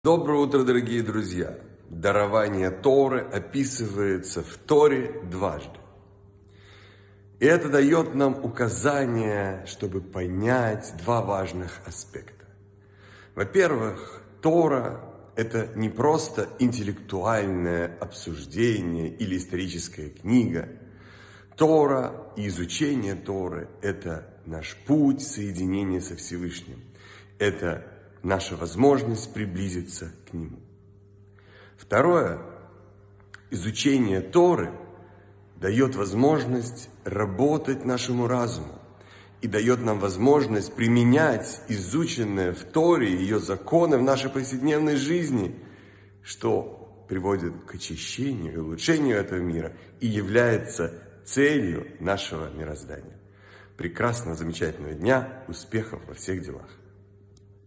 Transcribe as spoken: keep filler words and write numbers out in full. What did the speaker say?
Доброе утро, дорогие друзья! Дарование Торы описывается в Торе дважды. И это дает нам указание, чтобы понять два важных аспекта. Во-первых, Тора – это не просто интеллектуальное обсуждение или историческая книга. Тора и изучение Торы – это наш путь соединения со Всевышним. Это наша возможность приблизиться к Нему. Второе. Изучение Торы дает возможность работать нашему разуму и дает нам возможность применять изученное в Торе, ее законы в нашей повседневной жизни, что приводит к очищению и улучшению этого мира и является целью нашего мироздания. Прекрасного, замечательного дня, успехов во всех делах!